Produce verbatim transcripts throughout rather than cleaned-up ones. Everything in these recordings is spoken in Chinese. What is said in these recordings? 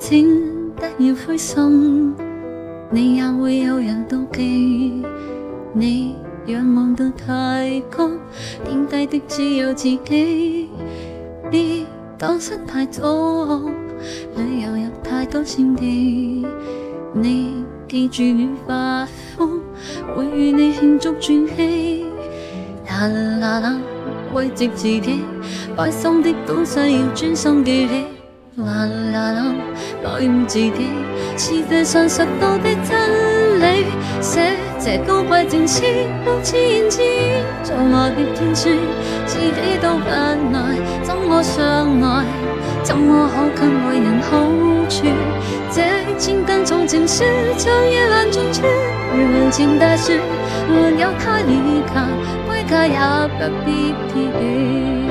請不要灰心，你也會有人妒忌。你仰望到太高，跌低的只有自己。跌倒失太多，旅遊入太多勝地。你記住了發瘋，會與你慶祝轉機。啦啦啦，慰藉自己，開心的東西要專心記起。啦啦啦，愛護自己，世界上實到的真理。寫這高貴正詩，用自言自語做我的天書，自己都不愛，怎麼相愛？怎麼可給愛人好處？這千斤重情書，像夜闌盡處，如門前大樹，沒有他依靠，歸家也不必撇雨。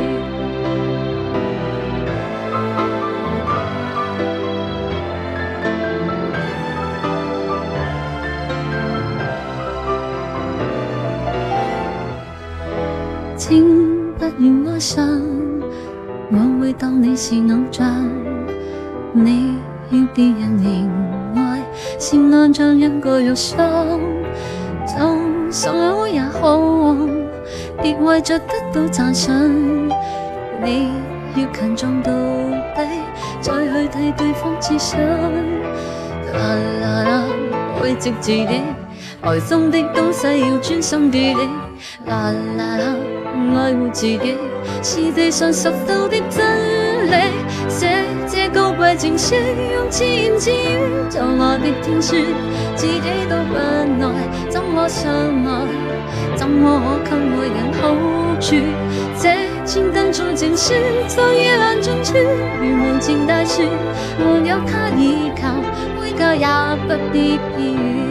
請不要哀傷，我會當你是偶像。你要別人憐愛，善良像一個肉傷。就算好也好，別為着得到讚賞。你要強壯到底，再去替對方設想。啦啦啦，慰藉自己，開心的東西要專心記起。啦啦啦，愛護自己，是地上十道的真理。寫這高貴情書，用自言自語做我的天書，自己都不愛，怎麼相愛？怎麼可給愛人好處？這千斤重情書，像夜闌盡處，如門前大樹，沒有他依靠，回家也不必避雨。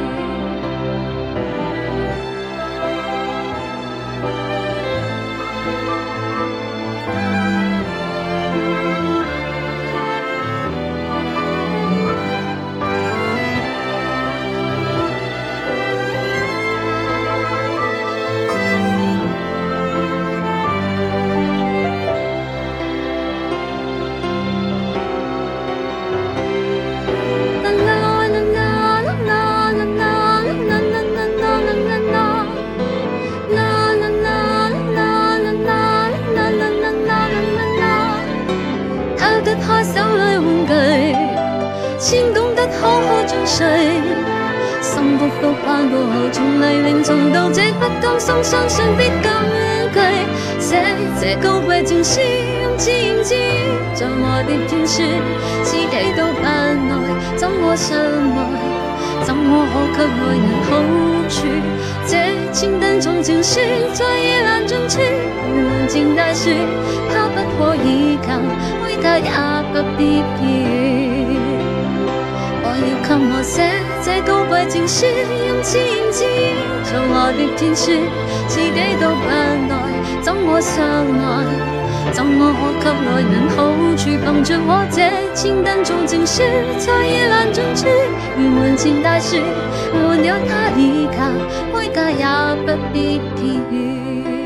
開手裏玩具，先懂得好好裝睡。心卜卜攀過後，從黎明重到這不甘心相信的根據。寫這高貴情書，用自言自語做我的天書，自己都不愛，怎麼相愛？怎麼可給愛人好處？這千斤重情書，在夜闌盡處，如門前大樹，它不可依靠，回家也不必避雨。我要給我寫這高貴情書，用自言自語做我的天書，自己都不愛，怎麼相愛？怎麼可給愛人好處？憑着我這千斤重情書，在夜闌盡處，如門前大樹，沒有他依靠，回家也不必避雨。